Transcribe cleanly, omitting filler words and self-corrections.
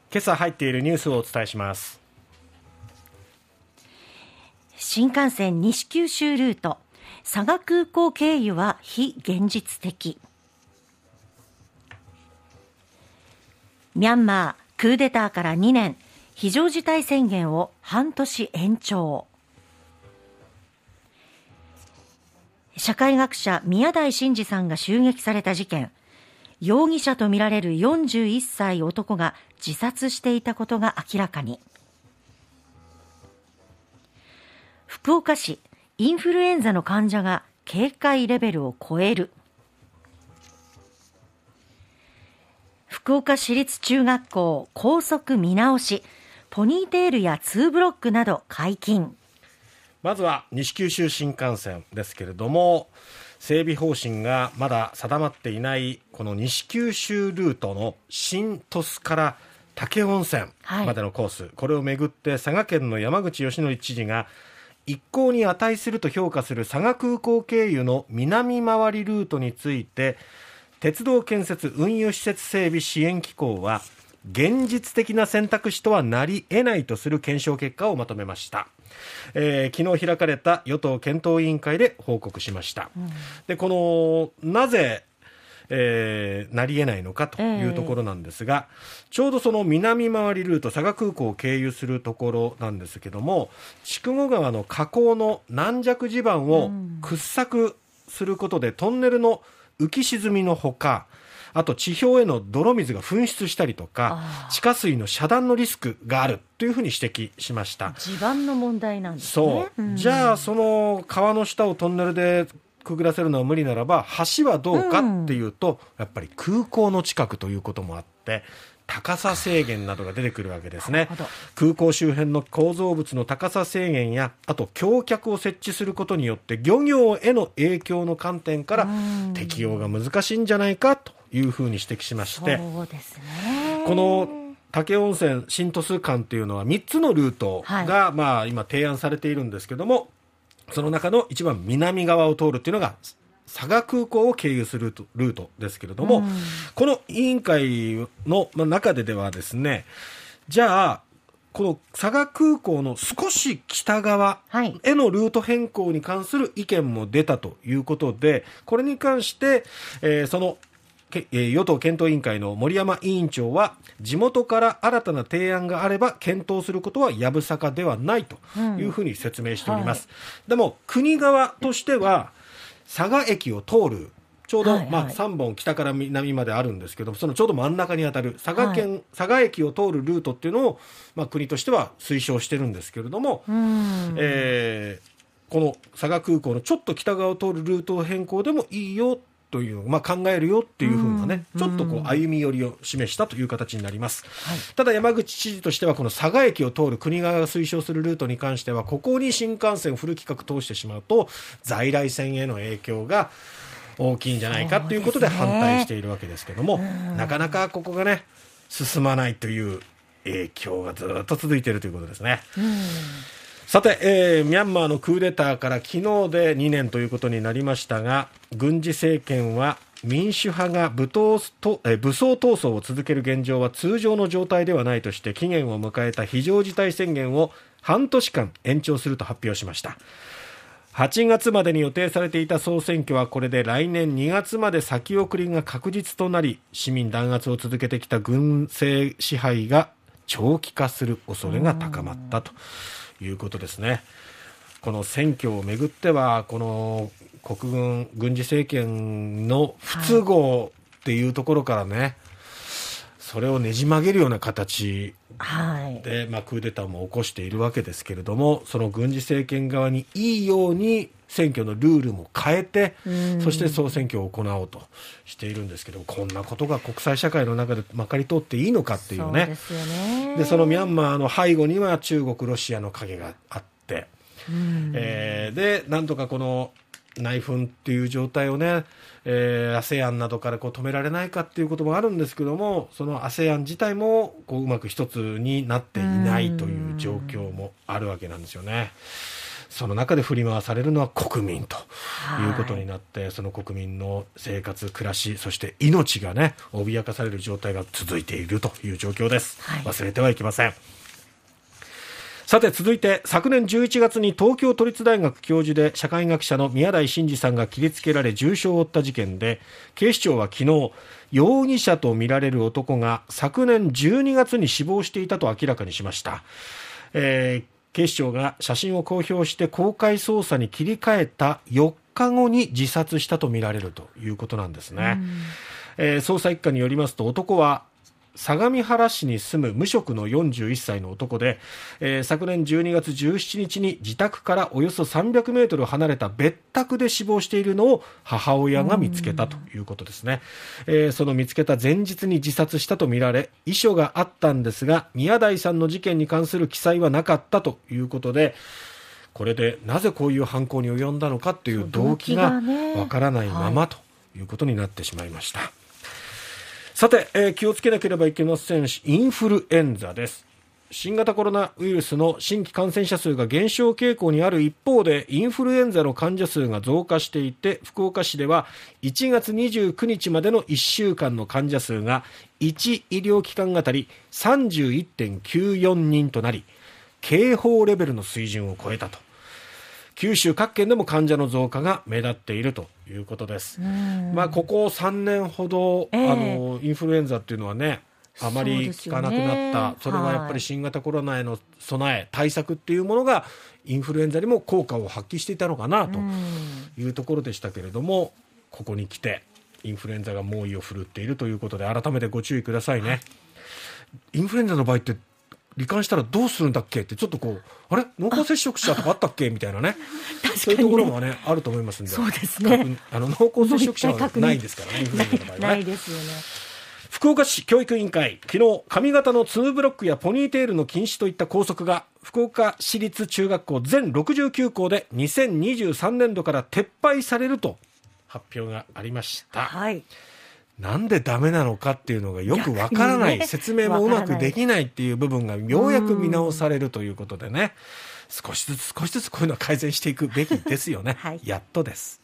今朝入っているニュースをお伝えします。 新幹線西九州ルート佐賀空港経由は非現実的。ミャンマークーデターから2年、非常事態宣言を半年延長。社会学者宮台真司さんが襲撃された事件、容疑者とみられる41歳男が自殺していたことが明らかに。福岡市、インフルエンザの患者が警戒レベルを超える。福岡市立中学校校則見直し、ポニーテールや2ブロックなど解禁。 まずは西九州新幹線ですけれども、整備方針がまだ定まっていないこの西九州ルートの新鳥栖から武雄温泉までのコース、これをめぐって佐賀県の山口義則知事が一向に値すると評価する佐賀空港経由の南回りルートについて、鉄道建設運輸施設整備支援機構は現実的な選択肢とはなり得ないとする検証結果をまとめました。昨日開かれた与党検討委員会で報告しました。で、このなぜなり得ないのかというところなんですが、ちょうどその南回りルート、佐賀空港を経由するところなんですけども、筑後川の河口の軟弱地盤を掘削することでトンネルの浮き沈みのほか、あと地表への泥水が噴出したりとか、地下水の遮断のリスクがあるというふうに指摘しました。 地盤の問題なんですね。 そう、じゃあその川の下をトンネルでくぐらせるのは無理ならば橋はどうかっていうと、やっぱり空港の近くということもあって高さ制限などが出てくるわけですね。空港周辺の構造物の高さ制限や、あと橋脚を設置することによって漁業への影響の観点から適用が難しいんじゃないかというふうに指摘しまして、 そうですね、 この武雄温泉新鳥栖間というのは3つのルートが、今提案されているんですけども、その中の一番南側を通るというのが佐賀空港を経由するルートですけれども、この委員会の中ではですね、じゃあこの佐賀空港の少し北側へのルート変更に関する意見も出たということで、これに関して、その与党検討委員会の森山委員長は、地元から新たな提案があれば検討することはやぶさかではないというふうに説明しております。でも国側としては佐賀駅を通るちょうど、3本北から南まであるんですけど、そのちょうど真ん中にあたる佐賀駅を通るルートっていうのを、国としては推奨してるんですけれども、この佐賀空港のちょっと北側を通るルート変更でもいいよというのを、考えるよっていうふうなね、ちょっとこう歩み寄りを示したという形になります。ただ山口知事としては、この佐賀駅を通る国側が推奨するルートに関しては、ここに新幹線フル規格通してしまうと在来線への影響が大きいんじゃないかということで反対しているわけですけども、なかなかここがね進まないという影響がずっと続いているということですね。さて、ミャンマーのクーデターから昨日で2年ということになりましたが、軍事政権は民主派が武装闘争を続ける現状は通常の状態ではないとして、期限を迎えた非常事態宣言を半年間延長すると発表しました。8月までに予定されていた総選挙はこれで来年2月まで先送りが確実となり、市民弾圧を続けてきた軍政支配が長期化する恐れが高まったということですね。この選挙をめぐっては、この国軍軍事政権の不都合っていうところからね、それをねじ曲げるような形で、クーデターも起こしているわけですけれども、その軍事政権側にいいように選挙のルールも変えて、そして総選挙を行おうとしているんですけど、こんなことが国際社会の中でまかり通っていいのかっていうね。そうですよね。で、そのミャンマーの背後には中国ロシアの影があって、でなんとかこの内紛っていう状態をね、ASEAN などからこう止められないかっていうこともあるんですけども、その ASEAN 自体もこううまく一つになっていないという状況もあるわけなんですよね。 その中で振り回されるのは国民ということになって、その国民の生活、暮らし、そして命がね、脅かされる状態が続いているという状況です。忘れてはいけません。さて続いて、昨年11月に東京都立大学教授で社会学者の宮台真司さんが切りつけられ重傷を負った事件で、警視庁は昨日、容疑者とみられる男が昨年12月に死亡していたと明らかにしました。警視庁が写真を公表して公開捜査に切り替えた4日後に自殺したとみられるということなんですね。捜査一課によりますと、男は相模原市に住む無職の41歳の男で、昨年12月17日に自宅からおよそ300メートル離れた別宅で死亡しているのを母親が見つけたということですね。その見つけた前日に自殺したとみられ、遺書があったんですが、宮台さんの事件に関する記載はなかったということで、これでなぜこういう犯行に及んだのかという動機がわからないままということになってしまいました。さて、気をつけなければいけませんインフルエンザです。新型コロナウイルスの新規感染者数が減少傾向にある一方で、インフルエンザの患者数が増加していて、福岡市では1月29日までの1週間の患者数が1医療機関あたり 31.94 人となり、警報レベルの水準を超えたと。九州各県でも患者の増加が目立っているということです。ここ3年ほど、インフルエンザっていうのはね、あまり効かなくなった。 それはやっぱり新型コロナへの備え、対策っていうものがインフルエンザにも効果を発揮していたのかなというところでしたけれども、ここに来てインフルエンザが猛威を振るっているということで、改めてご注意くださいね。インフルエンザの場合って罹患したらどうするんだっけって、ちょっとこう、あれ濃厚接触者とかあったっけみたいなねそういうところもね、あると思いますんで。 そうですね。 濃厚接触者はないですからね、インフルエンザの場合はね。 ないですよね。 福岡市教育委員会、昨日髪型のツーブロックやポニーテールの禁止といった校則が福岡市立中学校全69校で2023年度から撤廃されると発表がありました。なんでダメなのかっていうのがよくわからない、説明もうまくできないっていう部分がようやく見直されるということでね、少しずつこういうのは改善していくべきですよね。やっとです。